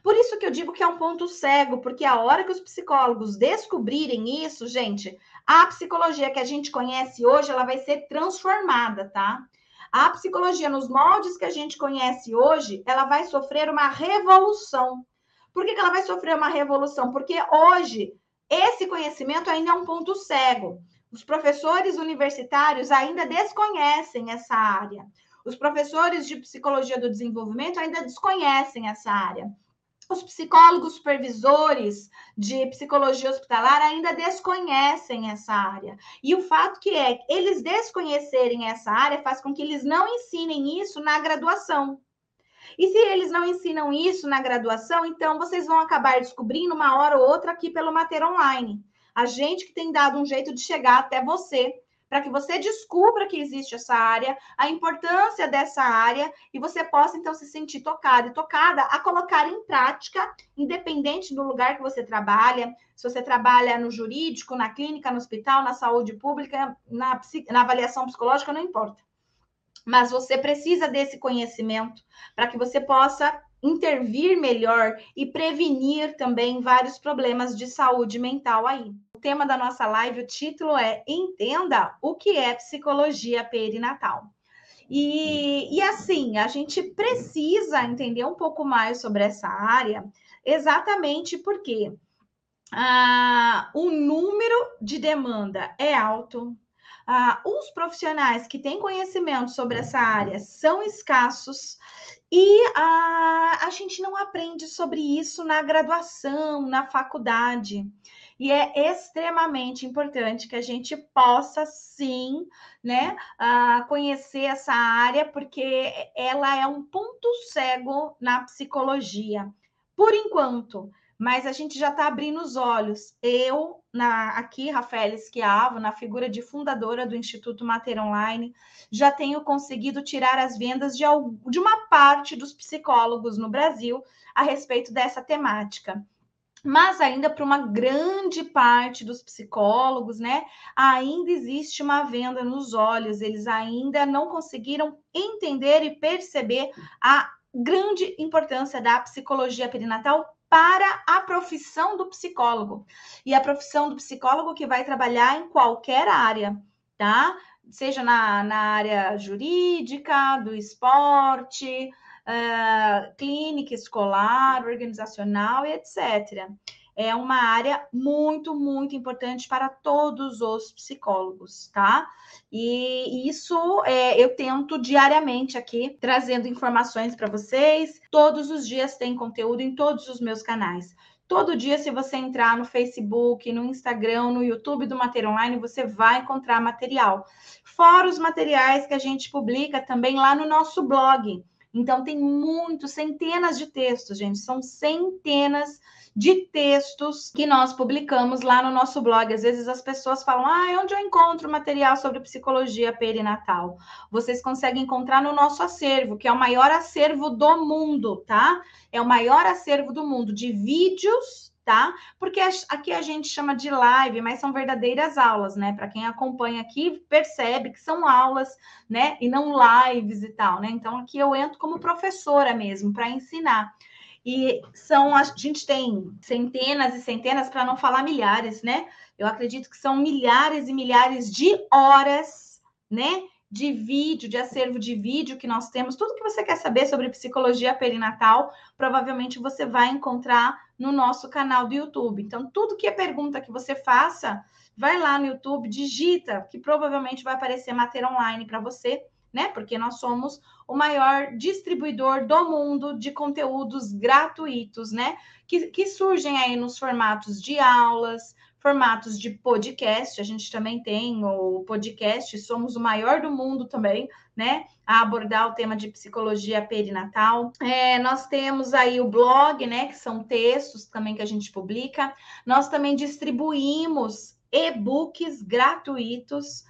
Por isso que eu digo que é um ponto cego, porque a hora que os psicólogos descobrirem isso, gente, a psicologia que a gente conhece hoje, ela vai ser transformada, tá? A psicologia nos moldes que a gente conhece hoje, ela vai sofrer uma revolução. Por que ela vai sofrer uma revolução? Porque hoje esse conhecimento ainda é um ponto cego. Os professores universitários ainda desconhecem essa área. Os professores de psicologia do desenvolvimento ainda desconhecem essa área. Os psicólogos supervisores de psicologia hospitalar ainda desconhecem essa área. E o fato que é, eles desconhecerem essa área faz com que eles não ensinem isso na graduação. E se eles não ensinam isso na graduação, então vocês vão acabar descobrindo uma hora ou outra aqui pelo Mater Online. A gente que tem dado um jeito de chegar até você, para que você descubra que existe essa área, a importância dessa área, e você possa, então, se sentir tocado e tocada a colocar em prática, independente do lugar que você trabalha, se você trabalha no jurídico, na clínica, no hospital, na saúde pública, na avaliação psicológica, não importa. Mas você precisa desse conhecimento para que você possa intervir melhor e prevenir também vários problemas de saúde mental aí. O tema da nossa live, o título é Entenda o que é psicologia perinatal. E assim, a gente precisa entender um pouco mais sobre essa área, exatamente porque o número de demanda é alto, os profissionais que têm conhecimento sobre essa área são escassos e a gente não aprende sobre isso na graduação, na faculdade. E é extremamente importante que a gente possa, sim, né, conhecer essa área, porque ela é um ponto cego na psicologia. Por enquanto, mas a gente já está abrindo os olhos. Eu, aqui, Rafaela Schiavo, na figura de fundadora do Instituto Mater Online, já tenho conseguido tirar as vendas de uma parte dos psicólogos no Brasil a respeito dessa temática. Mas ainda para uma grande parte dos psicólogos, né, ainda existe uma venda nos olhos, eles ainda não conseguiram entender e perceber a grande importância da psicologia perinatal para a profissão do psicólogo. E a profissão do psicólogo que vai trabalhar em qualquer área, tá? Seja na área jurídica, do esporte, clínica escolar, organizacional e etc. É uma área muito, muito importante para todos os psicólogos, tá? E isso eu tento diariamente aqui, trazendo informações para vocês. Todos os dias tem conteúdo em todos os meus canais. Todo dia, se você entrar no Facebook, no Instagram, no YouTube do Mater Online, você vai encontrar material. Fora os materiais que a gente publica também lá no nosso blog. Então, tem centenas de textos, gente. São centenas de textos que nós publicamos lá no nosso blog. Às vezes as pessoas falam, onde eu encontro material sobre psicologia perinatal? Vocês conseguem encontrar no nosso acervo, que é o maior acervo do mundo, tá? É o maior acervo do mundo de vídeos, tá? Porque aqui a gente chama de live, mas são verdadeiras aulas, né? Para quem acompanha aqui, percebe que são aulas, né? E não lives e tal, né? Então aqui eu entro como professora mesmo, para ensinar. E a gente tem centenas e centenas, para não falar milhares, né? Eu acredito que são milhares e milhares de horas, né? De vídeo, de acervo de vídeo que nós temos. Tudo que você quer saber sobre psicologia perinatal, provavelmente você vai encontrar no nosso canal do YouTube. Então, tudo que é pergunta que você faça, vai lá no YouTube, digita, que provavelmente vai aparecer Mater Online para você, né? Porque nós somos o maior distribuidor do mundo de conteúdos gratuitos, né? Que surgem aí nos formatos de aulas, formatos de podcast. A gente também tem o podcast, somos o maior do mundo também, né? A abordar o tema de psicologia perinatal. Nós temos aí o blog, né? Que são textos também que a gente publica. Nós também distribuímos e-books gratuitos,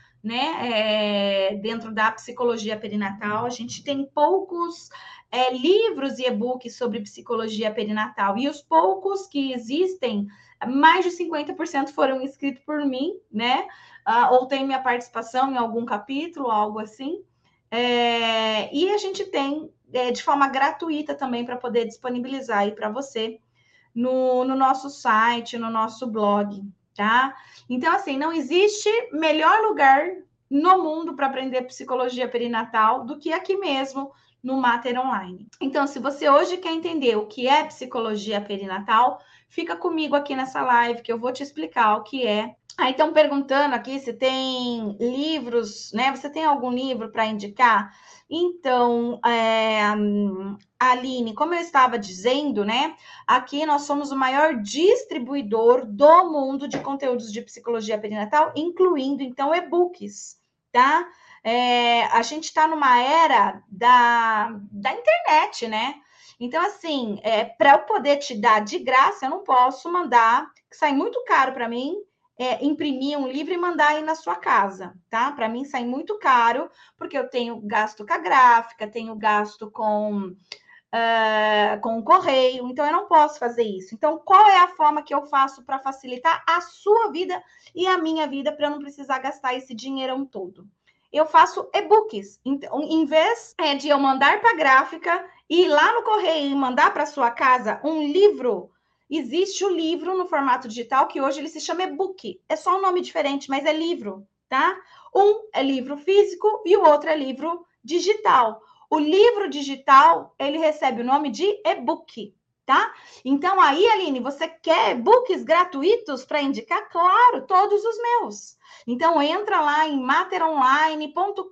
né, dentro da psicologia perinatal. A gente tem poucos livros e e-books sobre psicologia perinatal, e os poucos que existem, mais de 50% foram escritos por mim, né, ou tem minha participação em algum capítulo, algo assim. E a gente tem de forma gratuita também para poder disponibilizar aí para você no nosso site, no nosso blog, tá? Então, assim, não existe melhor lugar no mundo para aprender psicologia perinatal do que aqui mesmo no Mater Online. Então, se você hoje quer entender o que é psicologia perinatal, fica comigo aqui nessa live que eu vou te explicar o que é. Aí estão perguntando aqui se tem livros, né? Você tem algum livro para indicar? Então, Aline, como eu estava dizendo, né? Aqui nós somos o maior distribuidor do mundo de conteúdos de psicologia perinatal, incluindo, então, e-books, tá? A gente está numa era da internet, né? Então, assim, para eu poder te dar de graça, eu não posso mandar, que sai muito caro para mim, imprimir um livro e mandar aí na sua casa, tá? Para mim sai muito caro, porque eu tenho gasto com a gráfica, tenho gasto com o correio, então eu não posso fazer isso. Então, qual é a forma que eu faço para facilitar a sua vida e a minha vida para eu não precisar gastar esse dinheirão todo? Eu faço e-books. Então, em vez de eu mandar para a gráfica e ir lá no correio e mandar para sua casa um livro, existe o livro no formato digital que hoje ele se chama e-book. É só um nome diferente, mas é livro, tá? Um é livro físico e o outro é livro digital. O livro digital, ele recebe o nome de e-book, tá? Então, aí, Aline, você quer e-books gratuitos para indicar? Claro, todos os meus. Então, entra lá em materonline.com.br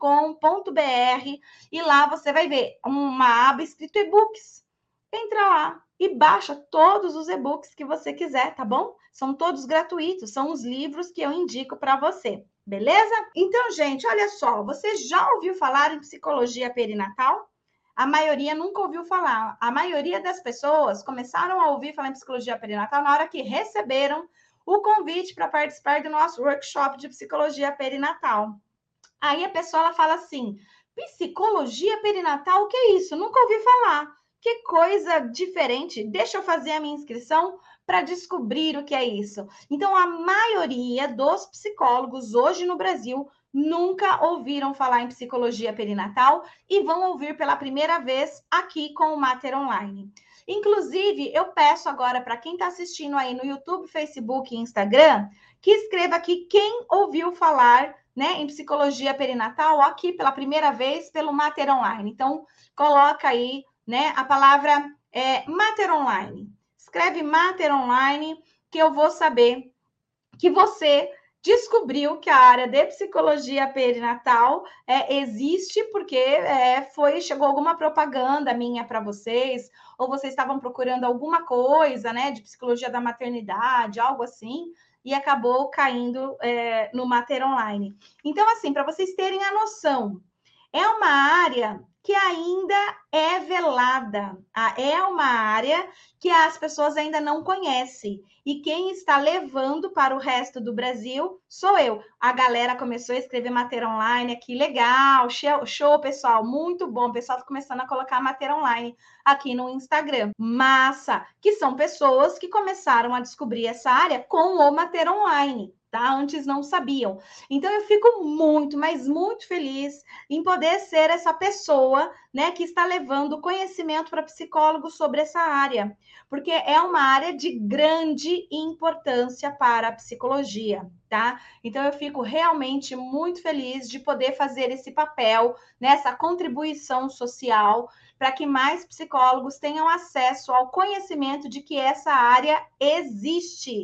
e lá você vai ver uma aba escrito e-books. Entra lá e baixa todos os e-books que você quiser, tá bom? São todos gratuitos, são os livros que eu indico para você. Beleza? Então, gente, olha só, você já ouviu falar em psicologia perinatal? A maioria nunca ouviu falar. A maioria das pessoas começaram a ouvir falar em psicologia perinatal na hora que receberam o convite para participar do nosso workshop de psicologia perinatal. Aí a pessoa ela fala assim: psicologia perinatal, o que é isso? Nunca ouvi falar. Que coisa diferente. Deixa eu fazer a minha inscrição para descobrir o que é isso. Então, a maioria dos psicólogos hoje no Brasil nunca ouviram falar em psicologia perinatal e vão ouvir pela primeira vez aqui com o Mater Online. Inclusive, eu peço agora para quem está assistindo aí no YouTube, Facebook e Instagram, que escreva aqui quem ouviu falar, né, em psicologia perinatal aqui pela primeira vez pelo Mater Online. Então, coloca aí, né, a palavra Mater Online. Escreve Mater Online, que eu vou saber que você descobriu que a área de psicologia perinatal existe porque chegou alguma propaganda minha para vocês, ou vocês estavam procurando alguma coisa, né, de psicologia da maternidade, algo assim, e acabou caindo no Mater Online. Então, assim, para vocês terem a noção, é uma área que ainda é velada, é uma área que as pessoas ainda não conhecem. E quem está levando para o resto do Brasil sou eu. A galera começou a escrever Mater Online aqui, legal, show, pessoal, muito bom. O pessoal está começando a colocar Mater Online aqui no Instagram. Massa! Que são pessoas que começaram a descobrir essa área com o Mater Online. Tá? Antes não sabiam. Então, eu fico muito, mas muito feliz em poder ser essa pessoa, né, que está levando conhecimento para psicólogos sobre essa área, porque é uma área de grande importância para a psicologia, tá? Então, eu fico realmente muito feliz de poder fazer esse papel, nessa contribuição social, para que mais psicólogos tenham acesso ao conhecimento de que essa área existe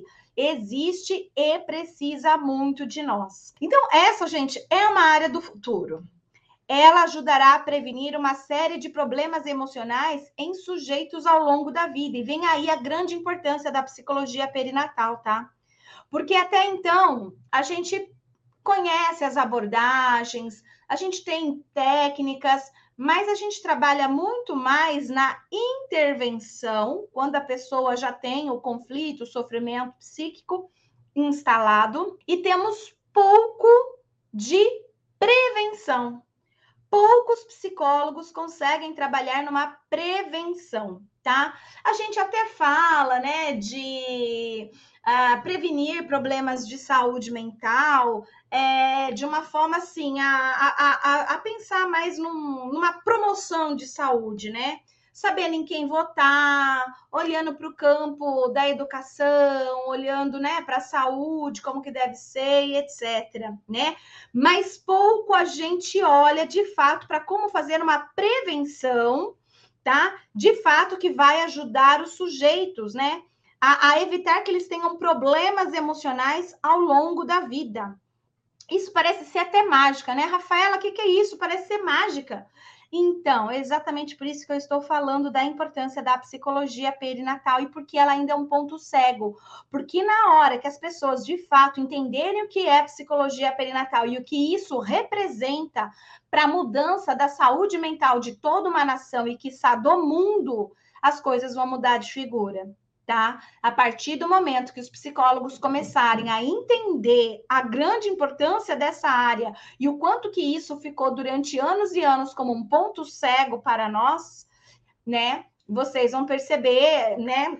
e precisa muito de nós. Então, essa, gente, é uma área do futuro. Ela ajudará a prevenir uma série de problemas emocionais em sujeitos ao longo da vida. E vem aí a grande importância da psicologia perinatal, tá? Porque até então, a gente conhece as abordagens, a gente tem técnicas, mas a gente trabalha muito mais na intervenção, quando a pessoa já tem o conflito, o sofrimento psíquico instalado, e temos pouco de prevenção. Poucos psicólogos conseguem trabalhar numa prevenção, tá? A gente até fala, né, de prevenir problemas de saúde mental, de uma forma assim, a pensar mais numa promoção de saúde, né? Sabendo em quem votar, olhando para o campo da educação, olhando, né, para a saúde, como que deve ser, etc, né? Mas pouco a gente olha de fato para como fazer uma prevenção, tá? De fato que vai ajudar os sujeitos, né? A evitar que eles tenham problemas emocionais ao longo da vida. Isso parece ser até mágica, né? Rafaela, o que é isso? Parece ser mágica. Então, é exatamente por isso que eu estou falando da importância da psicologia perinatal e porque ela ainda é um ponto cego. Porque na hora que as pessoas de fato entenderem o que é psicologia perinatal e o que isso representa para a mudança da saúde mental de toda uma nação e, quiçá, do mundo, as coisas vão mudar de figura. Tá? A partir do momento que os psicólogos começarem a entender a grande importância dessa área e o quanto que isso ficou durante anos e anos como um ponto cego para nós, né? Vocês vão perceber, né?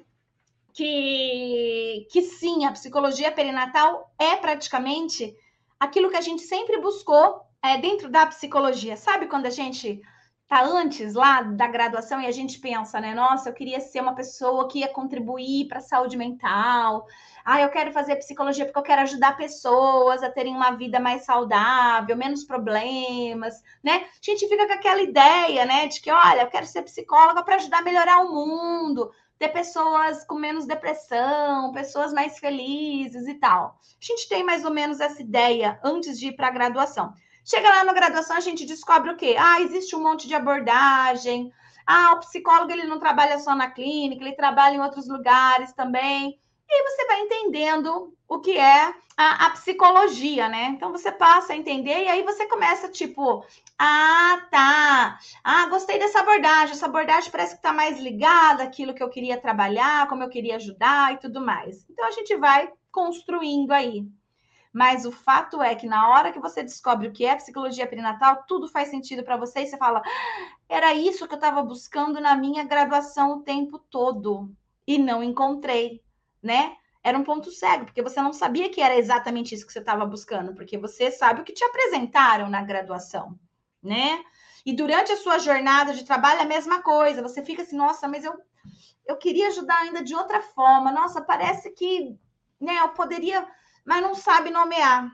Que sim, a psicologia perinatal é praticamente aquilo que a gente sempre buscou dentro da psicologia. Sabe quando a gente tá antes lá da graduação e a gente pensa, né? Nossa, eu queria ser uma pessoa que ia contribuir para a saúde mental. Ah, eu quero fazer psicologia porque eu quero ajudar pessoas a terem uma vida mais saudável, menos problemas, né? A gente fica com aquela ideia, né, de que, olha, eu quero ser psicóloga para ajudar a melhorar o mundo, ter pessoas com menos depressão, pessoas mais felizes e tal. A gente tem mais ou menos essa ideia antes de ir para a graduação. Chega lá na graduação, a gente descobre o quê? Ah, existe um monte de abordagem. Ah, o psicólogo ele não trabalha só na clínica, ele trabalha em outros lugares também. E aí você vai entendendo o que é a psicologia, né? Então você passa a entender e aí você começa, tipo, ah, tá. Ah, gostei dessa abordagem. Essa abordagem parece que está mais ligada àquilo que eu queria trabalhar, como eu queria ajudar e tudo mais. Então a gente vai construindo aí. Mas o fato é que na hora que você descobre o que é psicologia perinatal, tudo faz sentido para você e você fala: era isso que eu estava buscando na minha graduação o tempo todo e não encontrei, né? Era um ponto cego, porque você não sabia que era exatamente isso que você estava buscando, porque você sabe o que te apresentaram na graduação, né? E durante a sua jornada de trabalho, a mesma coisa. Você fica assim, nossa, mas eu queria ajudar ainda de outra forma. Nossa, parece que, né, eu poderia, mas não sabe nomear.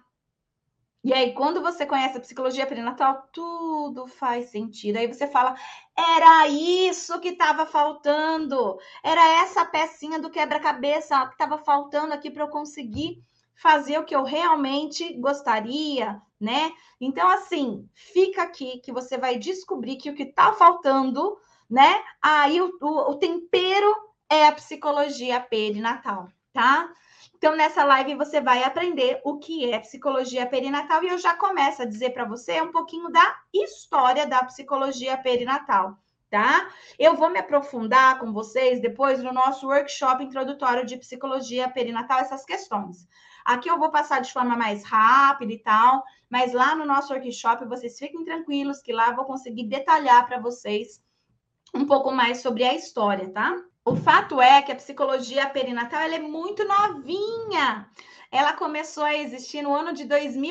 E aí, quando você conhece a psicologia perinatal, tudo faz sentido. Aí você fala, era isso que estava faltando, era essa pecinha do quebra-cabeça que estava faltando aqui para eu conseguir fazer o que eu realmente gostaria, né? Então, assim, fica aqui que você vai descobrir que o que está faltando, né? Aí o tempero é a psicologia perinatal, tá? Então, nessa live, você vai aprender o que é psicologia perinatal e eu já começo a dizer para você um pouquinho da história da psicologia perinatal, tá? Eu vou me aprofundar com vocês depois no nosso workshop introdutório de psicologia perinatal, essas questões. Aqui eu vou passar de forma mais rápida e tal, mas lá no nosso workshop vocês fiquem tranquilos que lá eu vou conseguir detalhar para vocês um pouco mais sobre a história, tá? O fato é que a psicologia perinatal ela é muito novinha. Ela começou a existir no ano de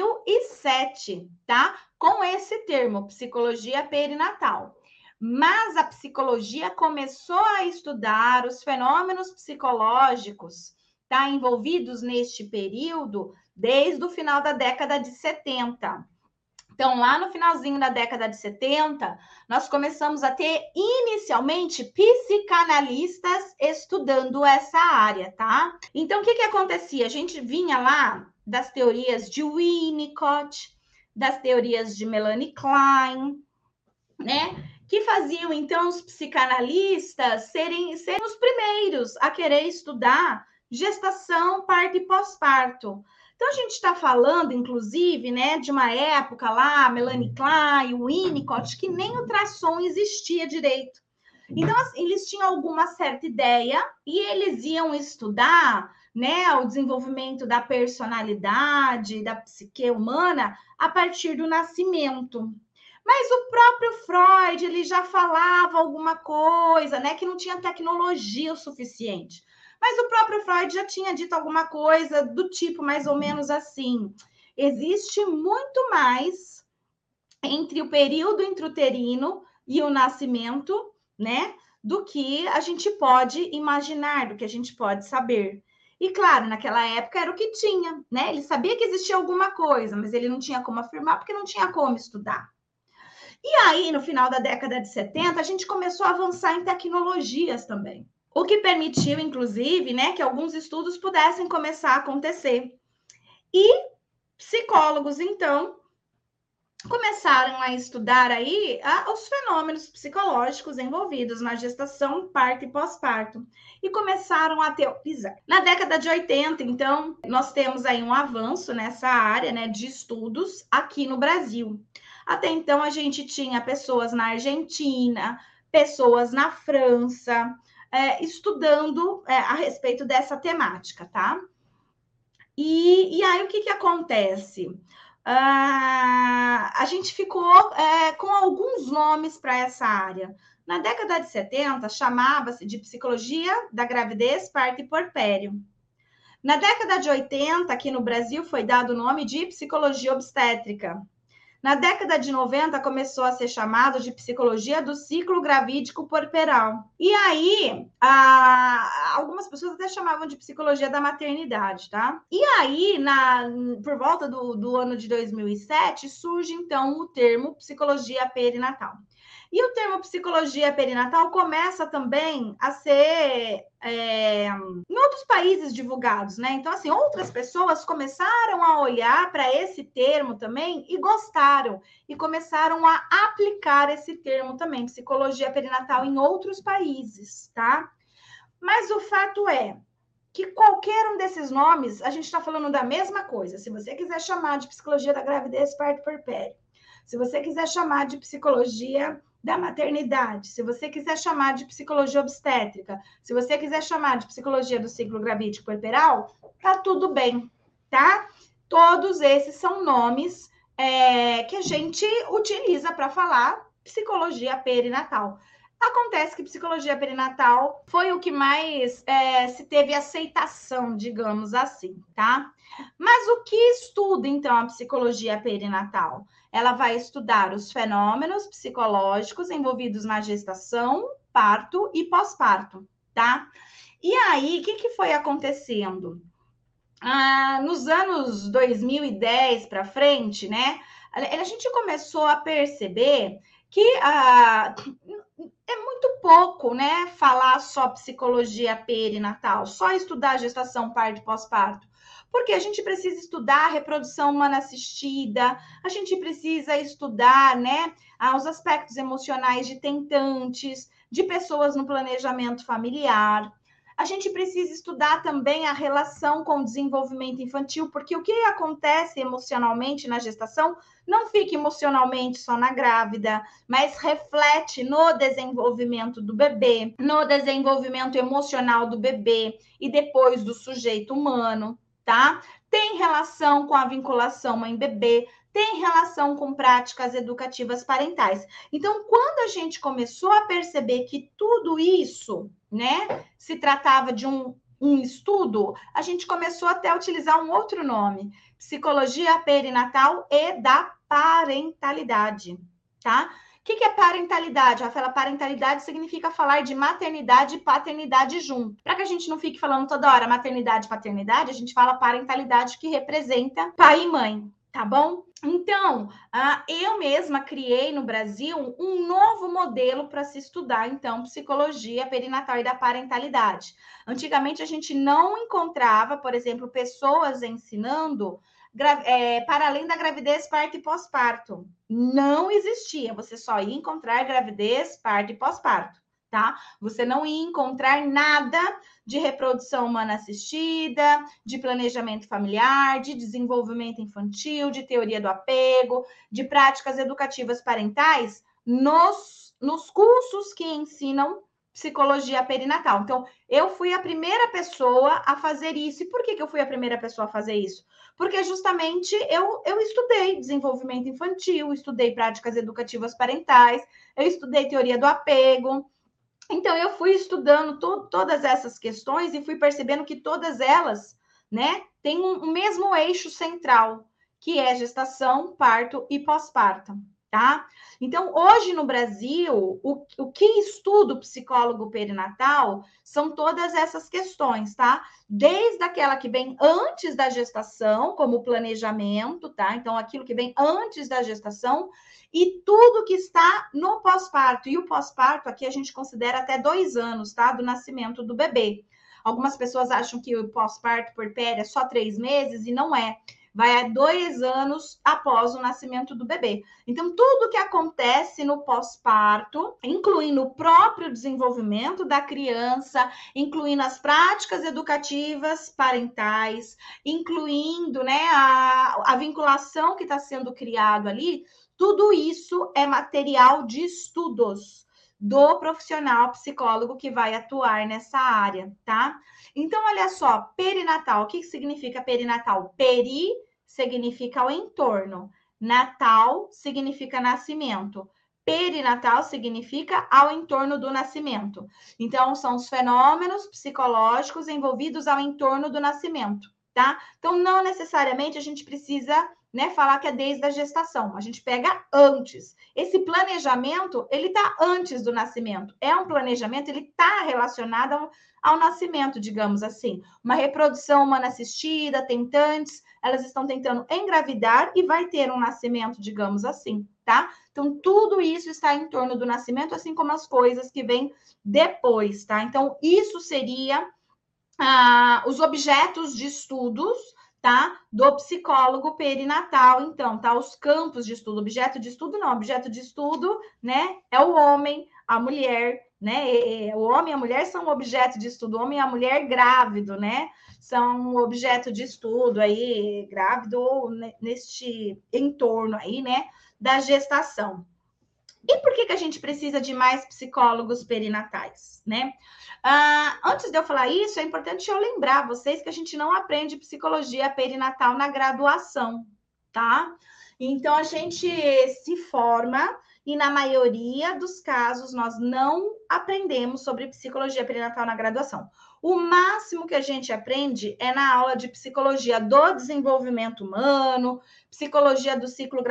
2007, tá? Com esse termo, psicologia perinatal. Mas a psicologia começou a estudar os fenômenos psicológicos, tá? Envolvidos neste período desde o final da década de 70. Então, lá no finalzinho da década de 70, nós começamos a ter inicialmente psicanalistas estudando essa área, tá? Então, o que acontecia? A gente vinha lá das teorias de Winnicott, das teorias de Melanie Klein, né? Que faziam, então, os psicanalistas serem os primeiros a querer estudar gestação, parto e pós-parto. Então, a gente está falando, inclusive, né, de uma época lá, Melanie Klein, Winnicott, que nem ultrassom existia direito. Então, assim, eles tinham alguma certa ideia e eles iam estudar, né, o desenvolvimento da personalidade, da psique humana a partir do nascimento. Mas o próprio Freud, ele já falava alguma coisa, né, que não tinha tecnologia o suficiente. Mas o próprio Freud já tinha dito alguma coisa do tipo mais ou menos assim: existe muito mais entre o período intrauterino e o nascimento, né? Do que a gente pode imaginar, do que a gente pode saber. E claro, naquela época era o que tinha, né? Ele sabia que existia alguma coisa, mas ele não tinha como afirmar porque não tinha como estudar. E aí, no final da década de 70, a gente começou a avançar em tecnologias também. O que permitiu, inclusive, né, que alguns estudos pudessem começar a acontecer. E psicólogos, então, começaram a estudar aí os fenômenos psicológicos envolvidos na gestação, parto e pós-parto, e começaram a teorizar. Na década de 80, então, nós temos aí um avanço nessa área, né, de estudos aqui no Brasil. Até então, a gente tinha pessoas na Argentina, pessoas na França, estudando a respeito dessa temática, tá? E aí, o que acontece? A gente ficou com alguns nomes para essa área. Na década de 70, chamava-se de psicologia da gravidez, parto e puerpério. Na década de 80, aqui no Brasil, foi dado o nome de psicologia obstétrica. Na década de 90, começou a ser chamado de psicologia do ciclo gravídico puerperal. E aí, algumas pessoas até chamavam de psicologia da maternidade, tá? E aí, por volta do ano de 2007, surge, então, o termo psicologia perinatal. E o termo psicologia perinatal começa também a ser em outros países divulgados, né? Então, assim, outras pessoas começaram a olhar para esse termo também e gostaram, e começaram a aplicar esse termo também, psicologia perinatal, em outros países, tá? Mas o fato é que qualquer um desses nomes, a gente está falando da mesma coisa. Se você quiser chamar de psicologia da gravidez, parto, puerpério, se você quiser chamar de psicologia da maternidade, se você quiser chamar de psicologia obstétrica, se você quiser chamar de psicologia do ciclo gravídico puerperal, tá tudo bem, tá? Todos esses são nomes que a gente utiliza para falar psicologia perinatal. Acontece que psicologia perinatal foi o que mais se teve aceitação, digamos assim, tá? Mas o que estuda, então, a psicologia perinatal? Ela vai estudar os fenômenos psicológicos envolvidos na gestação, parto e pós-parto, tá? E aí, o que foi acontecendo? Nos anos 2010 para frente, né? A gente começou a perceber que é muito pouco, né? Falar só psicologia perinatal, só estudar gestação, parto e pós-parto. Porque a gente precisa estudar a reprodução humana assistida, a gente precisa estudar, né, os aspectos emocionais de tentantes, de pessoas no planejamento familiar. A gente precisa estudar também a relação com o desenvolvimento infantil, porque o que acontece emocionalmente na gestação não fica emocionalmente só na grávida, mas reflete no desenvolvimento do bebê, no desenvolvimento emocional do bebê e depois do sujeito humano, tá? Tem relação com a vinculação mãe-bebê, tem relação com práticas educativas parentais. Então, quando a gente começou a perceber que tudo isso, né, se tratava de um estudo, a gente começou até a utilizar um outro nome, psicologia perinatal e da parentalidade, tá? O que é parentalidade, Rafaela? Parentalidade significa falar de maternidade e paternidade junto. Para que a gente não fique falando toda hora maternidade e paternidade, a gente fala parentalidade, que representa pai e mãe, tá bom? Então, eu mesma criei no Brasil um novo modelo para se estudar, então, psicologia perinatal e da parentalidade. Antigamente, a gente não encontrava, por exemplo, pessoas ensinando para além da gravidez, parto e pós-parto. Não existia. Você só ia encontrar gravidez, parto e pós-parto, tá? Você não ia encontrar nada de reprodução humana assistida, de planejamento familiar, de desenvolvimento infantil, de teoria do apego, de práticas educativas parentais nos cursos que ensinam psicologia perinatal. Então, eu fui a primeira pessoa a fazer isso. E por que eu fui a primeira pessoa a fazer isso? Porque justamente eu estudei desenvolvimento infantil, estudei práticas educativas parentais, eu estudei teoria do apego, Então, eu fui estudando todas essas questões e fui percebendo que todas elas, né, têm um mesmo eixo central, que é gestação, parto e pós-parto, tá? Então, hoje no Brasil, o que estuda o psicólogo perinatal são todas essas questões, tá? Desde aquela que vem antes da gestação, como planejamento, tá? Então, aquilo que vem antes da gestação, e tudo que está no pós-parto. E o pós-parto aqui a gente considera até 2 anos, tá? Do nascimento do bebê. Algumas pessoas acham que o pós-parto puerpério é só 3 meses e não é. Vai a 2 anos após o nascimento do bebê. Então, tudo que acontece no pós-parto, incluindo o próprio desenvolvimento da criança, incluindo as práticas educativas parentais, incluindo, né, a vinculação que está sendo criado ali, tudo isso é material de estudos do profissional psicólogo que vai atuar nessa área, tá? Então, olha só, perinatal, o que significa perinatal? Peri significa o entorno, natal significa nascimento, perinatal significa ao entorno do nascimento. Então, são os fenômenos psicológicos envolvidos ao entorno do nascimento, tá? Então, não necessariamente a gente precisa, né, falar que é desde a gestação. A gente pega antes. Esse planejamento, ele está antes do nascimento. É um planejamento, ele está relacionado ao nascimento, digamos assim. Uma reprodução humana assistida, tentantes, elas estão tentando engravidar e vai ter um nascimento, digamos assim, tá? Então, tudo isso está em torno do nascimento, assim como as coisas que vêm depois, tá? Então, isso seria os objetos de estudos, tá? Do psicólogo perinatal, então, tá? Os campos de estudo, objeto de estudo não, objeto de estudo, né? É o homem, a mulher, né? O homem e a mulher são objeto de estudo, o homem e a mulher grávido, né? São objeto de estudo aí, grávido ou neste entorno aí, né? Da gestação. E por que a gente precisa de mais psicólogos perinatais, né? Antes de eu falar isso, é importante eu lembrar vocês que a gente não aprende psicologia perinatal na graduação, tá? Então, a gente se forma e, na maioria dos casos, nós não aprendemos sobre psicologia perinatal na graduação. O máximo que a gente aprende é na aula de psicologia do desenvolvimento humano, psicologia do ciclo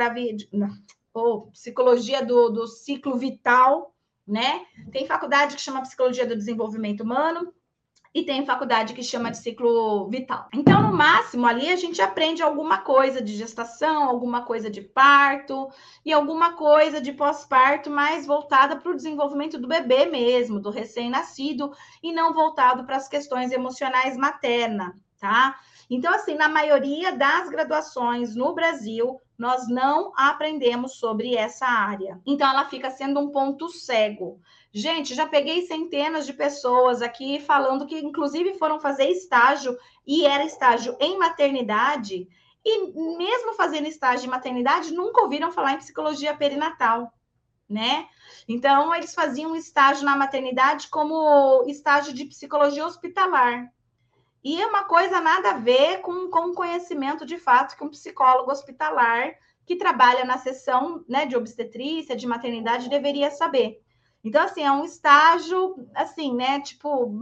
ou psicologia do ciclo vital, né? Tem faculdade que chama psicologia do desenvolvimento humano e tem faculdade que chama de ciclo vital. Então, no máximo, ali a gente aprende alguma coisa de gestação, alguma coisa de parto e alguma coisa de pós-parto, mais voltada para o desenvolvimento do bebê mesmo, do recém-nascido, e não voltado para as questões emocionais materna, tá? Então, assim, na maioria das graduações no Brasil, nós não aprendemos sobre essa área. Então, ela fica sendo um ponto cego. Gente, já peguei centenas de pessoas aqui falando que, inclusive, foram fazer estágio e era estágio em maternidade, e mesmo fazendo estágio em maternidade, nunca ouviram falar em psicologia perinatal, né? Então, eles faziam estágio na maternidade como estágio de psicologia hospitalar. E é uma coisa nada a ver com o conhecimento de fato que um psicólogo hospitalar que trabalha na seção, né, de obstetrícia, de maternidade, deveria saber. Então, assim, é um estágio, assim, né, tipo,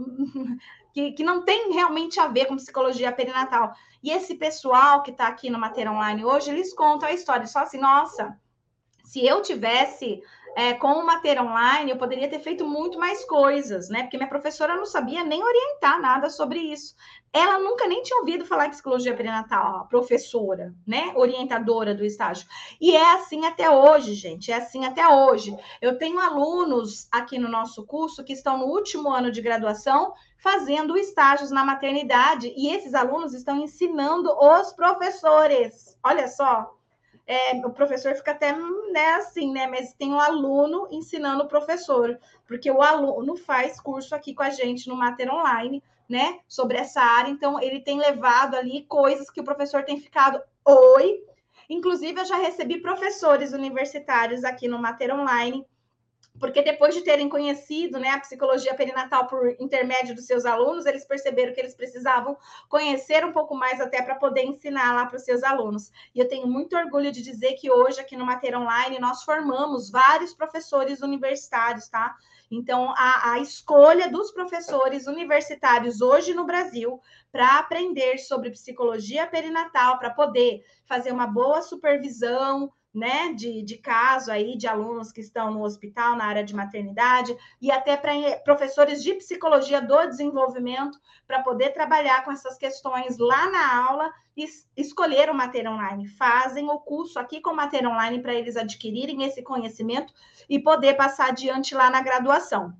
que não tem realmente a ver com psicologia perinatal. E esse pessoal que está aqui no Mater Online hoje, eles contam a história, só assim, nossa, se eu tivesse com o Mater Online, eu poderia ter feito muito mais coisas, né? Porque minha professora não sabia nem orientar nada sobre isso. Ela nunca nem tinha ouvido falar em psicologia perinatal, a professora, né? Orientadora do estágio. E é assim até hoje, gente. É assim até hoje. Eu tenho alunos aqui no nosso curso que estão no último ano de graduação fazendo estágios na maternidade. E esses alunos estão ensinando os professores. Olha só. O professor fica até, né, assim, né? Mas tem um aluno ensinando o professor, porque o aluno faz curso aqui com a gente no Mater Online, né? Sobre essa área, então ele tem levado ali coisas que o professor tem ficado, inclusive eu já recebi professores universitários aqui no Mater Online porque depois de terem conhecido, né, a psicologia perinatal por intermédio dos seus alunos, eles perceberam que eles precisavam conhecer um pouco mais até para poder ensinar lá para os seus alunos. E eu tenho muito orgulho de dizer que hoje, aqui no Mater Online, nós formamos vários professores universitários, tá? Então, a escolha dos professores universitários hoje no Brasil para aprender sobre psicologia perinatal, para poder fazer uma boa supervisão, né, de caso aí de alunos que estão no hospital, na área de maternidade, e até para professores de psicologia do desenvolvimento, para poder trabalhar com essas questões lá na aula e escolher o Mater Online. Fazem o curso aqui com o Mater Online para eles adquirirem esse conhecimento e poder passar adiante lá na graduação.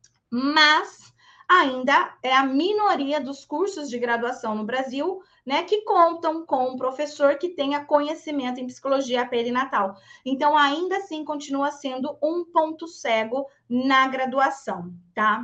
Mas ainda é a minoria dos cursos de graduação no Brasil, né, que contam com um professor que tenha conhecimento em psicologia perinatal. Então, ainda assim, continua sendo um ponto cego na graduação, tá?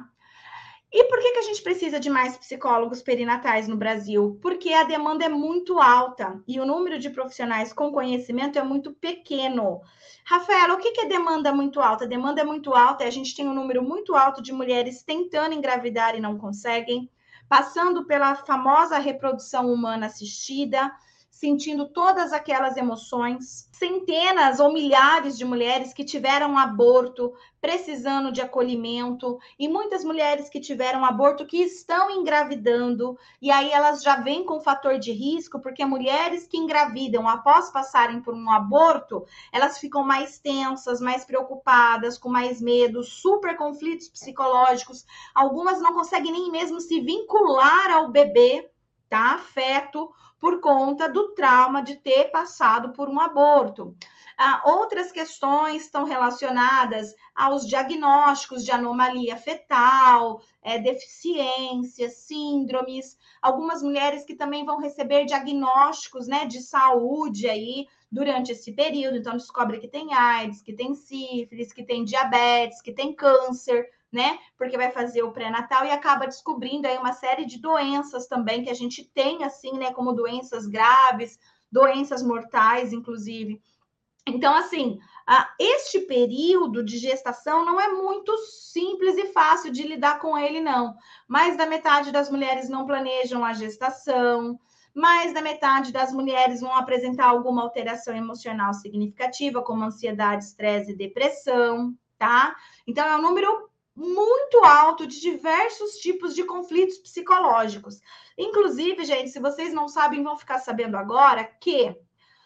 E por que a gente precisa de mais psicólogos perinatais no Brasil? Porque a demanda é muito alta e o número de profissionais com conhecimento é muito pequeno. Rafaela, o que é demanda muito alta? A demanda é muito alta e a gente tem um número muito alto de mulheres tentando engravidar e não conseguem, passando pela famosa reprodução humana assistida, sentindo todas aquelas emoções, centenas ou milhares de mulheres que tiveram aborto, precisando de acolhimento, e muitas mulheres que tiveram aborto que estão engravidando, e aí elas já vêm com fator de risco, porque mulheres que engravidam após passarem por um aborto, elas ficam mais tensas, mais preocupadas, com mais medo, super conflitos psicológicos, algumas não conseguem nem mesmo se vincular ao bebê, tá? Feto, por conta do trauma de ter passado por um aborto. Outras questões estão relacionadas aos diagnósticos de anomalia fetal, deficiências, síndromes. Algumas mulheres que também vão receber diagnósticos, né, de saúde aí durante esse período. Então, descobre que tem AIDS, que tem sífilis, que tem diabetes, que tem câncer, né? Porque vai fazer o pré-natal e acaba descobrindo aí uma série de doenças também que a gente tem, assim, né? Como doenças graves, doenças mortais, inclusive. Então, assim, este período de gestação não é muito simples e fácil de lidar com ele, não. Mais da metade das mulheres não planejam a gestação, mais da metade das mulheres vão apresentar alguma alteração emocional significativa, como ansiedade, estresse e depressão, tá? Então, é um número muito alto de diversos tipos de conflitos psicológicos. Inclusive, gente, se vocês não sabem, vão ficar sabendo agora que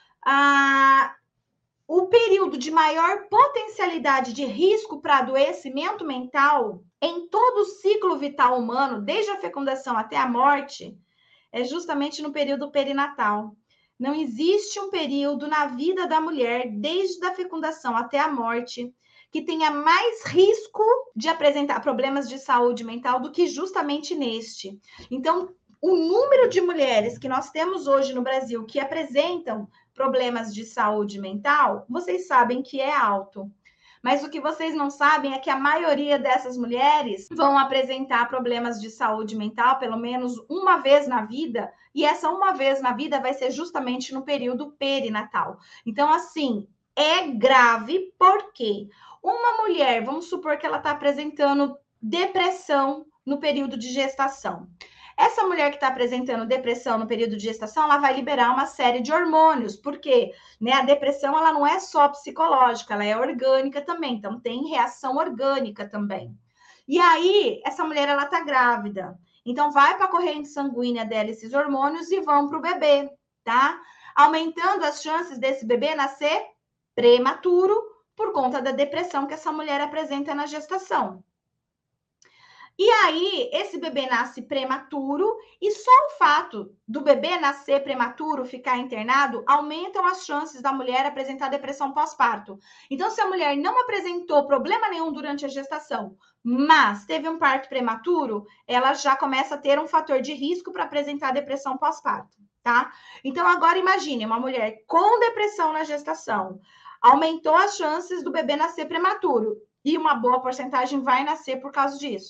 o período de maior potencialidade de risco para adoecimento mental em todo o ciclo vital humano, desde a fecundação até a morte, é justamente no período perinatal. Não existe um período na vida da mulher, desde a fecundação até a morte, que tenha mais risco de apresentar problemas de saúde mental do que justamente neste. Então, o número de mulheres que nós temos hoje no Brasil que apresentam problemas de saúde mental, vocês sabem que é alto. Mas o que vocês não sabem é que a maioria dessas mulheres vão apresentar problemas de saúde mental pelo menos uma vez na vida, e essa uma vez na vida vai ser justamente no período perinatal. Então, assim, é grave porque uma mulher, vamos supor que ela está apresentando depressão no período de gestação. Essa mulher que está apresentando depressão no período de gestação, ela vai liberar uma série de hormônios, porque, né, a depressão ela não é só psicológica, ela é orgânica também, então tem reação orgânica também. E aí, essa mulher, ela está grávida, então vai para a corrente sanguínea dela esses hormônios e vão para o bebê, tá? Aumentando as chances desse bebê nascer prematuro por conta da depressão que essa mulher apresenta na gestação. E aí, esse bebê nasce prematuro e só o fato do bebê nascer prematuro, ficar internado, aumentam as chances da mulher apresentar depressão pós-parto. Então, se a mulher não apresentou problema nenhum durante a gestação, mas teve um parto prematuro, ela já começa a ter um fator de risco para apresentar depressão pós-parto, tá? Então, agora imagine uma mulher com depressão na gestação, aumentou as chances do bebê nascer prematuro e uma boa porcentagem vai nascer por causa disso.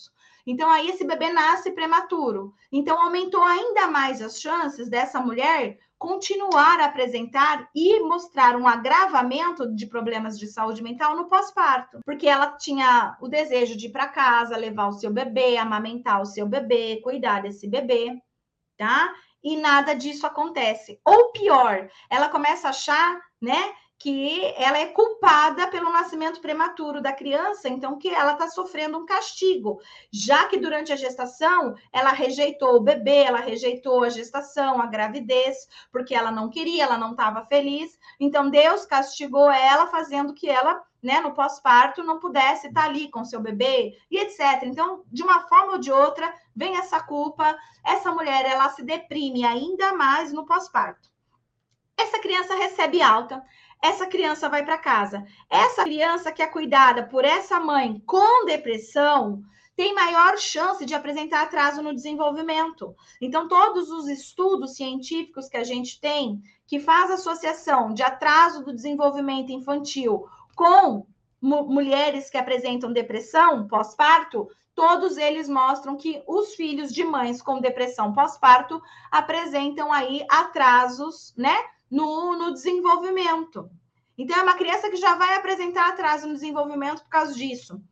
Então, aí esse bebê nasce prematuro. Então, aumentou ainda mais as chances dessa mulher continuar a apresentar e mostrar um agravamento de problemas de saúde mental no pós-parto, porque ela tinha o desejo de ir para casa, levar o seu bebê, amamentar o seu bebê, cuidar desse bebê, tá? E nada disso acontece. Ou pior, ela começa a achar, né, que ela é culpada pelo nascimento prematuro da criança, então que ela está sofrendo um castigo, já que durante a gestação ela rejeitou o bebê, ela rejeitou a gestação, a gravidez, porque ela não queria, ela não estava feliz, então Deus castigou ela, fazendo que ela, né, no pós-parto, não pudesse estar ali com seu bebê, e etc. Então, de uma forma ou de outra, vem essa culpa, essa mulher, ela se deprime ainda mais no pós-parto. Essa criança recebe alta, essa criança vai para casa. Essa criança que é cuidada por essa mãe com depressão tem maior chance de apresentar atraso no desenvolvimento. Então, todos os estudos científicos que a gente tem, que faz associação de atraso do desenvolvimento infantil com mulheres que apresentam depressão pós-parto, todos eles mostram que os filhos de mães com depressão pós-parto apresentam aí atrasos, né, no desenvolvimento. Então, é uma criança que já vai apresentar atraso no desenvolvimento por causa disso.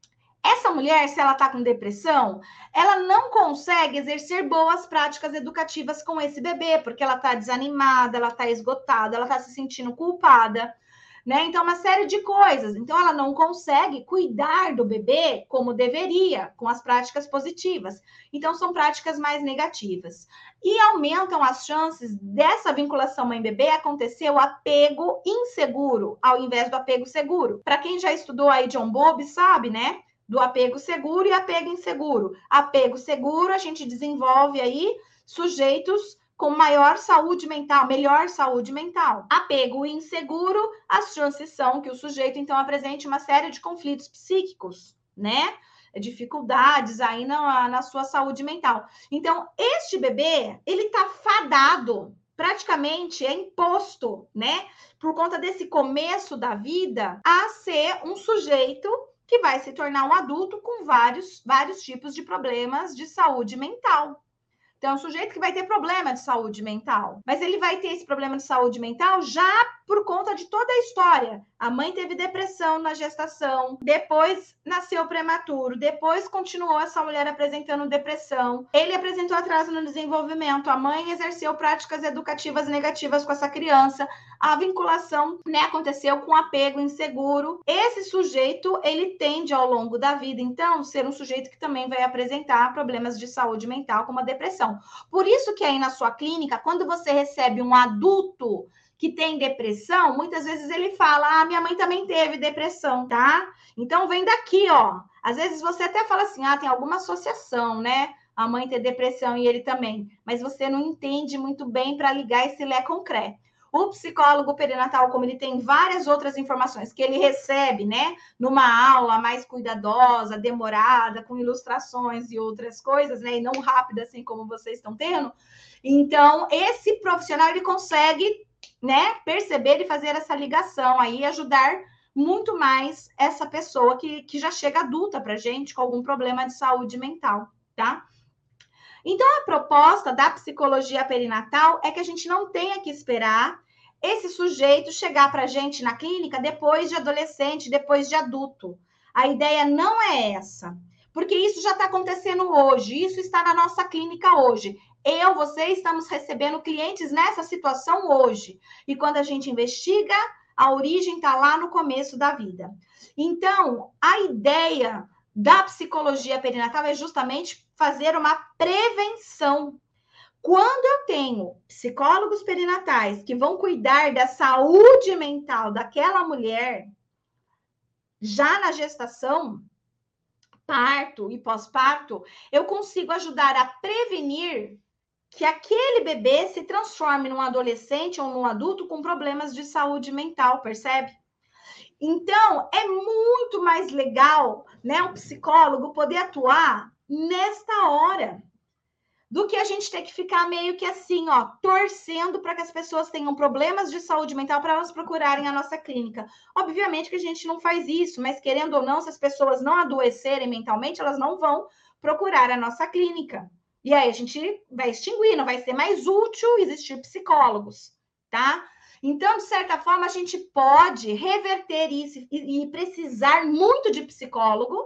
Essa mulher, se ela está com depressão, ela não consegue exercer boas práticas educativas com esse bebê, porque ela está desanimada, ela está esgotada, ela está se sentindo culpada, né? Então, uma série de coisas. Então, ela não consegue cuidar do bebê como deveria, com as práticas positivas. Então, são práticas mais negativas. E aumentam as chances dessa vinculação mãe-bebê acontecer o apego inseguro, ao invés do apego seguro. Para quem já estudou aí John Bowlby, sabe, né? Do apego seguro e apego inseguro. Apego seguro, a gente desenvolve aí sujeitos com maior saúde mental, melhor saúde mental. Apego inseguro, as chances são que o sujeito, então, apresente uma série de conflitos psíquicos, né? Dificuldades aí na sua saúde mental. Então, este bebê, ele tá fadado, praticamente é imposto, né? Por conta desse começo da vida, a ser um sujeito que vai se tornar um adulto com vários tipos de problemas de saúde mental. Então, é um sujeito que vai ter problema de saúde mental. Mas ele vai ter esse problema de saúde mental já por conta de toda a história. A mãe teve depressão na gestação, depois nasceu prematuro, depois continuou essa mulher apresentando depressão. Ele apresentou atraso no desenvolvimento, a mãe exerceu práticas educativas negativas com essa criança, a vinculação, né, aconteceu com apego inseguro. Esse sujeito, ele tende ao longo da vida, então, ser um sujeito que também vai apresentar problemas de saúde mental, como a depressão. Por isso que aí na sua clínica, quando você recebe um adulto que tem depressão, muitas vezes ele fala, minha mãe também teve depressão, tá? Então, vem daqui, ó. Às vezes você até fala assim, tem alguma associação, né? A mãe ter depressão e ele também. Mas você não entende muito bem para ligar esse lé concreto. O psicólogo perinatal, como ele tem várias outras informações que ele recebe, né? Numa aula mais cuidadosa, demorada, com ilustrações e outras coisas, né? E não rápida, assim como vocês estão tendo. Então, esse profissional, ele consegue, né, perceber e fazer essa ligação aí, ajudar muito mais essa pessoa que já chega adulta para a gente com algum problema de saúde mental, tá? Então, a proposta da psicologia perinatal é que a gente não tenha que esperar esse sujeito chegar para a gente na clínica depois de adolescente, depois de adulto. A ideia não é essa, porque isso já está acontecendo hoje, isso está na nossa clínica hoje. Você estamos recebendo clientes nessa situação hoje. E quando a gente investiga, a origem está lá no começo da vida. Então, a ideia da psicologia perinatal é justamente fazer uma prevenção. Quando eu tenho psicólogos perinatais que vão cuidar da saúde mental daquela mulher, já na gestação, parto e pós-parto, eu consigo ajudar a prevenir que aquele bebê se transforme num adolescente ou num adulto com problemas de saúde mental, percebe? Então, é muito mais legal, né, o psicólogo poder atuar nesta hora, do que a gente ter que ficar meio que assim, ó, torcendo para que as pessoas tenham problemas de saúde mental para elas procurarem a nossa clínica. Obviamente que a gente não faz isso, mas querendo ou não, se as pessoas não adoecerem mentalmente, elas não vão procurar a nossa clínica. E aí a gente vai extinguir, não vai ser mais útil existir psicólogos, tá? Então, de certa forma, a gente pode reverter isso e precisar muito de psicólogo,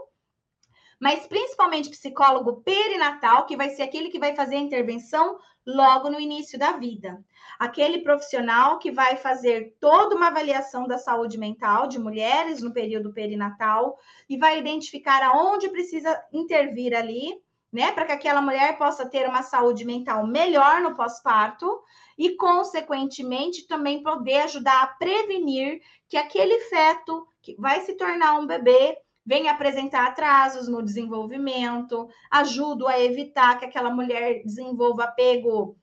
mas principalmente psicólogo perinatal, que vai ser aquele que vai fazer a intervenção logo no início da vida. Aquele profissional que vai fazer toda uma avaliação da saúde mental de mulheres no período perinatal e vai identificar aonde precisa intervir ali, né, para que aquela mulher possa ter uma saúde mental melhor no pós-parto e, consequentemente, também poder ajudar a prevenir que aquele feto que vai se tornar um bebê vem apresentar atrasos no desenvolvimento, ajudo a evitar que aquela mulher desenvolva apego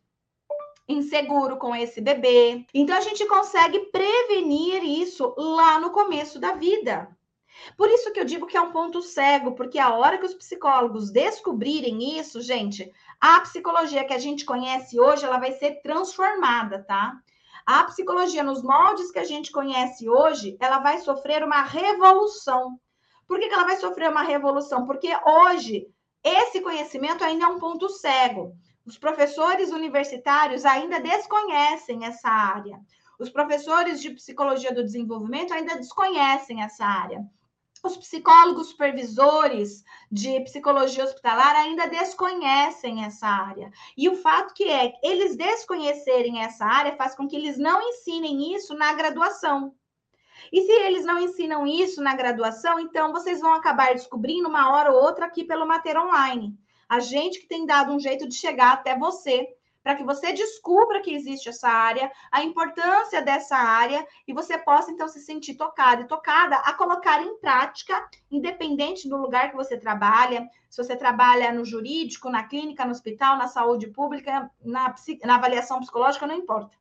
inseguro com esse bebê. Então, a gente consegue prevenir isso lá no começo da vida. Por isso que eu digo que é um ponto cego, porque a hora que os psicólogos descobrirem isso, gente, a psicologia que a gente conhece hoje, ela vai ser transformada, tá? A psicologia nos moldes que a gente conhece hoje, ela vai sofrer uma revolução. Por que ela vai sofrer uma revolução? Porque hoje esse conhecimento ainda é um ponto cego. Os professores universitários ainda desconhecem essa área. Os professores de psicologia do desenvolvimento ainda desconhecem essa área. Os psicólogos supervisores de psicologia hospitalar ainda desconhecem essa área. E o fato que é, eles desconhecerem essa área faz com que eles não ensinem isso na graduação. E se eles não ensinam isso na graduação, então vocês vão acabar descobrindo uma hora ou outra aqui pelo Mater Online. A gente que tem dado um jeito de chegar até você, para que você descubra que existe essa área, a importância dessa área, e você possa, então, se sentir tocado e tocada a colocar em prática, independente do lugar que você trabalha, se você trabalha no jurídico, na clínica, no hospital, na saúde pública, na avaliação psicológica, não importa.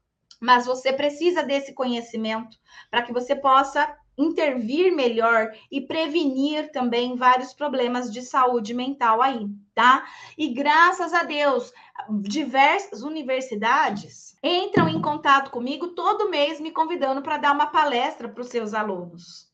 Mas você precisa desse conhecimento para que você possa intervir melhor e prevenir também vários problemas de saúde mental aí, tá? E graças a Deus, diversas universidades entram em contato comigo todo mês me convidando para dar uma palestra para os seus alunos.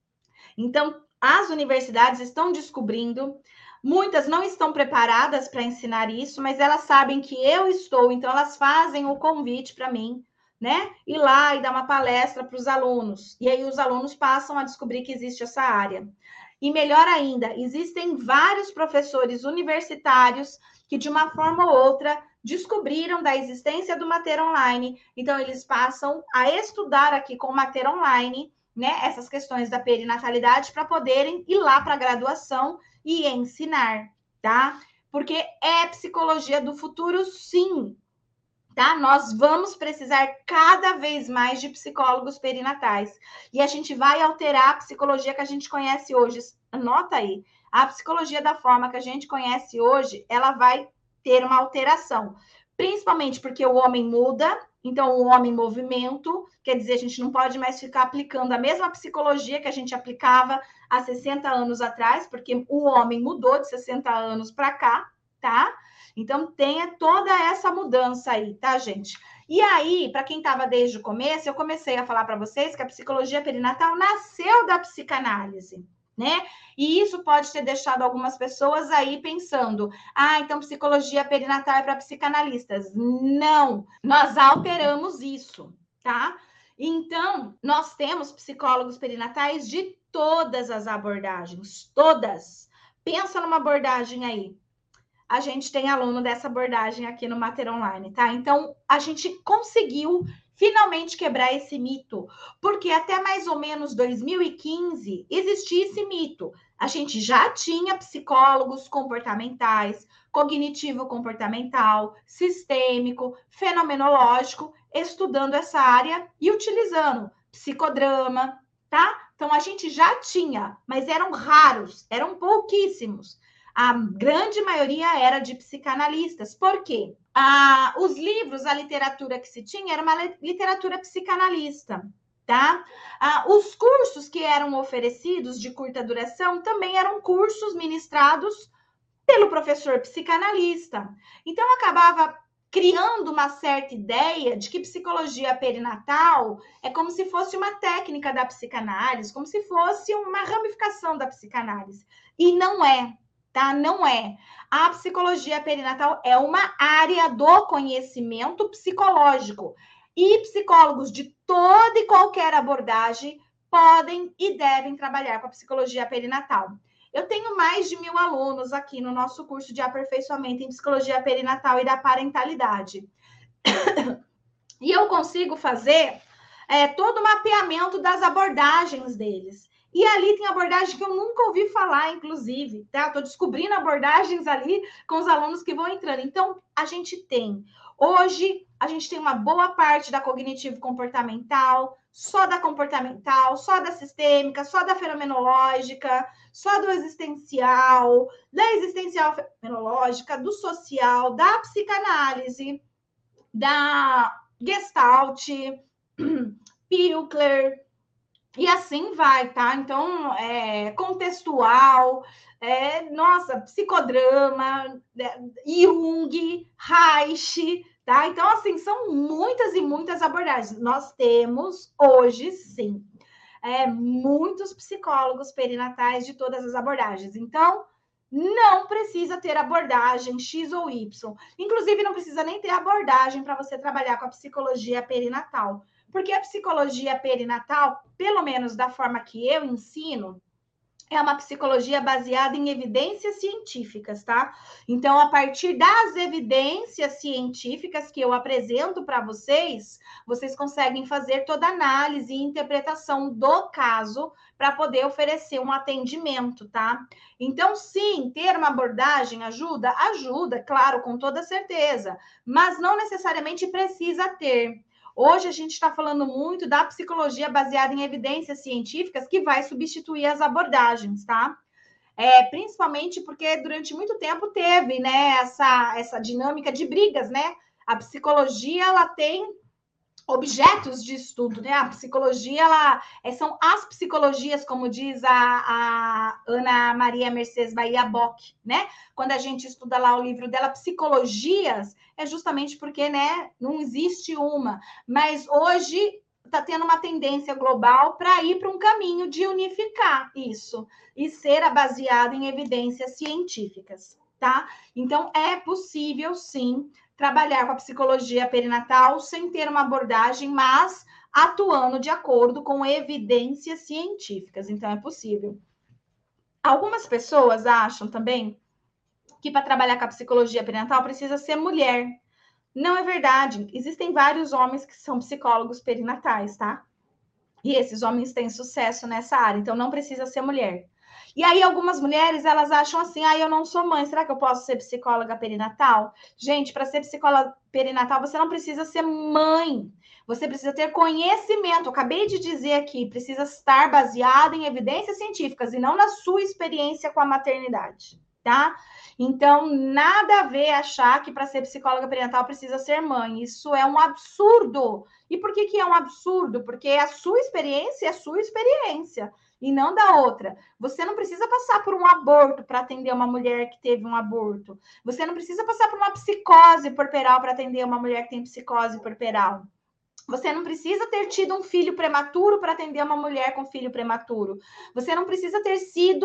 Então, as universidades estão descobrindo, muitas não estão preparadas para ensinar isso, mas elas sabem que eu estou, então elas fazem o convite para mim, né? Ir lá e dar uma palestra para os alunos. E aí os alunos passam a descobrir que existe essa área. E melhor ainda, existem vários professores universitários que, de uma forma ou outra, descobriram da existência do Mater Online. Então, eles passam a estudar aqui com o Mater Online, né, essas questões da perinatalidade para poderem ir lá para a graduação e ensinar, tá? Porque é psicologia do futuro, sim, tá? Nós vamos precisar cada vez mais de psicólogos perinatais. E a gente vai alterar a psicologia que a gente conhece hoje. Anota aí. A psicologia da forma que a gente conhece hoje, ela vai ter uma alteração. Principalmente porque o homem muda, então o homem em movimento, quer dizer, a gente não pode mais ficar aplicando a mesma psicologia que a gente aplicava há 60 anos atrás, porque o homem mudou de 60 anos para cá, tá? Então, tenha toda essa mudança aí, tá, gente? E aí, para quem estava desde o começo, eu comecei a falar para vocês que a psicologia perinatal nasceu da psicanálise, né? E isso pode ter deixado algumas pessoas aí pensando: ah, então psicologia perinatal é para psicanalistas. Não, nós alteramos isso, tá? Então, nós temos psicólogos perinatais de todas as abordagens, todas. Pensa numa abordagem aí. A gente tem aluno dessa abordagem aqui no Mater Online, tá? Então, a gente conseguiu finalmente quebrar esse mito, porque até mais ou menos 2015 existia esse mito. A gente já tinha psicólogos comportamentais, cognitivo-comportamental, sistêmico, fenomenológico, estudando essa área e utilizando psicodrama, tá? Então, a gente já tinha, mas eram raros, eram pouquíssimos. A grande maioria era de psicanalistas. Por quê? Os livros, a literatura que se tinha era uma literatura psicanalista, tá? Os cursos que eram oferecidos de curta duração também eram cursos ministrados pelo professor psicanalista. Então, acabava criando uma certa ideia de que psicologia perinatal é como se fosse uma técnica da psicanálise, como se fosse uma ramificação da psicanálise. E não é. tá? Não é. A psicologia perinatal é uma área do conhecimento psicológico. E psicólogos de toda e qualquer abordagem podem e devem trabalhar com a psicologia perinatal. Eu tenho mais de 1.000 alunos aqui no nosso curso de aperfeiçoamento em psicologia perinatal e da parentalidade. E eu consigo fazer todo o mapeamento das abordagens deles. E ali tem abordagem que eu nunca ouvi falar, inclusive, tá? Estou descobrindo abordagens ali com os alunos que vão entrando. Então, hoje, a gente tem uma boa parte da cognitivo-comportamental, só da sistêmica, só da fenomenológica, só do existencial, da existencial fenomenológica, do social, da psicanálise, da Gestalt, Pilkler, e assim vai, tá? Então, contextual, psicodrama, Jung, Reich, tá? Então, assim, são muitas e muitas abordagens. Nós temos, hoje, sim, muitos psicólogos perinatais de todas as abordagens. Então, não precisa ter abordagem X ou Y. Inclusive, não precisa nem ter abordagem para você trabalhar com a psicologia perinatal. Porque a psicologia perinatal, pelo menos da forma que eu ensino, é uma psicologia baseada em evidências científicas, tá? Então, a partir das evidências científicas que eu apresento para vocês, vocês conseguem fazer toda a análise e interpretação do caso para poder oferecer um atendimento, tá? Então, sim, ter uma abordagem ajuda? Ajuda, claro, com toda certeza, mas não necessariamente precisa ter. Hoje a gente está falando muito da psicologia baseada em evidências científicas que vai substituir as abordagens, tá? Principalmente porque durante muito tempo teve, né, essa dinâmica de brigas, né? A psicologia, ela tem objetos de estudo, né? A psicologia, são as psicologias, como diz a Ana Maria Mercedes Bahia Bock, né? Quando a gente estuda lá o livro dela, Psicologias, é justamente porque, né, não existe uma. Mas hoje está tendo uma tendência global para ir para um caminho de unificar isso e ser baseado em evidências científicas, tá? Então, é possível, sim, trabalhar com a psicologia perinatal sem ter uma abordagem, mas atuando de acordo com evidências científicas. Então, é possível. Algumas pessoas acham também que para trabalhar com a psicologia perinatal precisa ser mulher. Não é verdade. Existem vários homens que são psicólogos perinatais, tá? E esses homens têm sucesso nessa área, então não precisa ser mulher. E aí, algumas mulheres, elas acham assim, eu não sou mãe, será que eu posso ser psicóloga perinatal? Gente, para ser psicóloga perinatal, você não precisa ser mãe. Você precisa ter conhecimento. Eu acabei de dizer aqui, precisa estar baseado em evidências científicas e não na sua experiência com a maternidade, tá? Então, nada a ver achar que para ser psicóloga perinatal precisa ser mãe. Isso é um absurdo. E por que é um absurdo? Porque a sua experiência é a sua experiência e não da outra. Você não precisa passar por um aborto para atender uma mulher que teve um aborto. Você não precisa passar por uma psicose puerperal para atender uma mulher que tem psicose puerperal. Você não precisa ter tido um filho prematuro para atender uma mulher com filho prematuro. Você não precisa ter sido,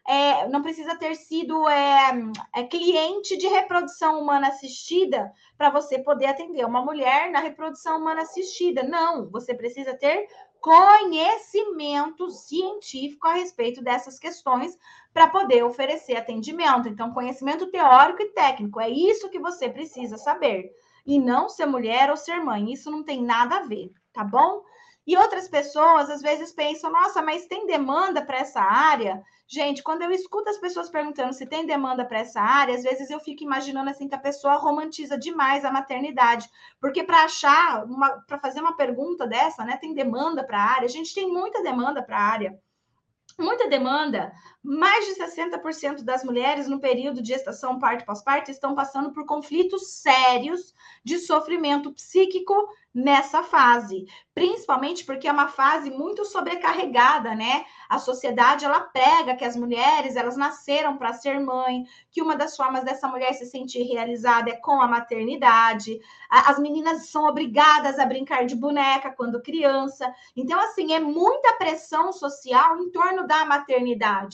cliente de reprodução humana assistida para você poder atender uma mulher na reprodução humana assistida. Não, você precisa ter conhecimento científico a respeito dessas questões para poder oferecer atendimento. Então, conhecimento teórico e técnico, é isso que você precisa saber. E não ser mulher ou ser mãe. Isso não tem nada a ver, tá bom? E outras pessoas, às vezes, pensam, nossa, mas tem demanda para essa área? Gente, quando eu escuto as pessoas perguntando se tem demanda para essa área, às vezes eu fico imaginando assim que a pessoa romantiza demais a maternidade. Porque para fazer uma pergunta dessa, né, tem demanda para a área? A gente tem muita demanda para a área. Muita demanda, mais de 60% das mulheres no período de gestação, parto e pós-parto estão passando por conflitos sérios de sofrimento psíquico nessa fase, principalmente porque é uma fase muito sobrecarregada, né? A sociedade, ela prega que as mulheres, elas nasceram para ser mãe, que uma das formas dessa mulher se sentir realizada é com a maternidade, as meninas são obrigadas a brincar de boneca quando criança, então, assim, é muita pressão social em torno da maternidade.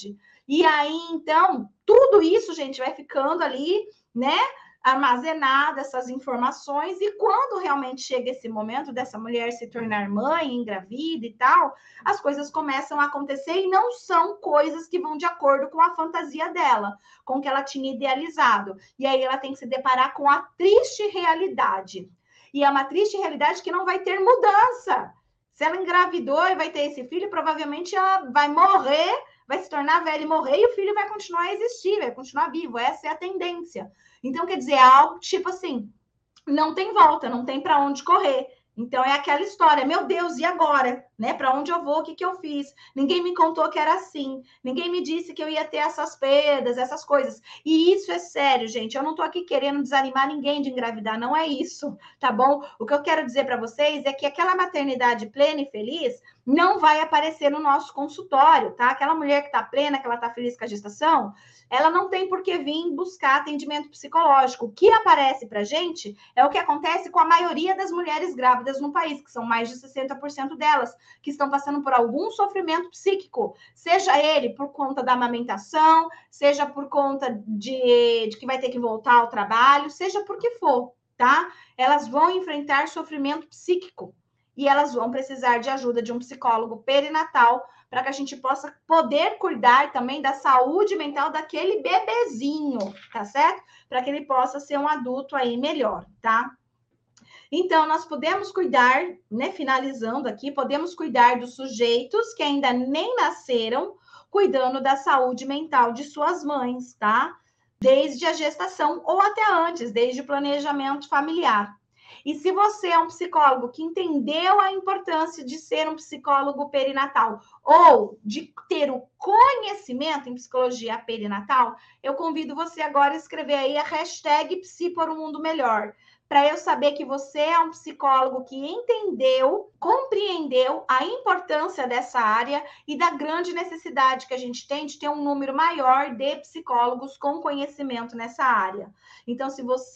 E aí, então, tudo isso, gente, vai ficando ali, né? Armazenada essas informações, e quando realmente chega esse momento dessa mulher se tornar mãe, engravida e tal, as coisas começam a acontecer e não são coisas que vão de acordo com a fantasia dela, com o que ela tinha idealizado. E aí ela tem que se deparar com a triste realidade. E é uma triste realidade que não vai ter mudança. Se ela engravidou e vai ter esse filho, provavelmente ela vai morrer, vai se tornar velha e morrer, e o filho vai continuar a existir, vai continuar vivo. Essa é a tendência. Então, quer dizer, é algo tipo assim, não tem volta, não tem para onde correr. Então é aquela história, meu Deus, e agora? Né? Para onde eu vou? O que, que eu fiz? Ninguém me contou que era assim. Ninguém me disse que eu ia ter essas perdas, essas coisas. E isso é sério, gente. Eu não estou aqui querendo desanimar ninguém de engravidar, não é isso, tá bom? O que eu quero dizer para vocês é que aquela maternidade plena e feliz não vai aparecer no nosso consultório, tá? Aquela mulher que está plena, que ela está feliz com a gestação, ela não tem por que vir buscar atendimento psicológico. O que aparece para gente é o que acontece com a maioria das mulheres grávidas no país, que são mais de 60% delas, que estão passando por algum sofrimento psíquico, seja ele por conta da amamentação, seja por conta de que vai ter que voltar ao trabalho, seja por que for, tá? Elas vão enfrentar sofrimento psíquico e elas vão precisar de ajuda de um psicólogo perinatal para que a gente possa poder cuidar também da saúde mental daquele bebezinho, tá certo? Para que ele possa ser um adulto aí melhor, tá? Então, nós podemos cuidar, né, finalizando aqui, podemos cuidar dos sujeitos que ainda nem nasceram, cuidando da saúde mental de suas mães, tá? Desde a gestação ou até antes, desde o planejamento familiar. E se você é um psicólogo que entendeu a importância de ser um psicólogo perinatal ou de ter o conhecimento em psicologia perinatal, eu convido você agora a escrever aí a hashtag Psi por um Mundo Melhor, para eu saber que você é um psicólogo que entendeu, compreendeu a importância dessa área e da grande necessidade que a gente tem de ter um número maior de psicólogos com conhecimento nessa área. Então, se você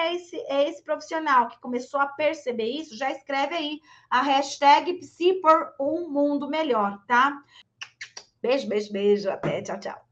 é esse profissional que começou a perceber isso, já escreve aí a hashtag Psi por um Mundo Melhor, tá? Beijo, beijo, beijo. Até. Tchau, tchau.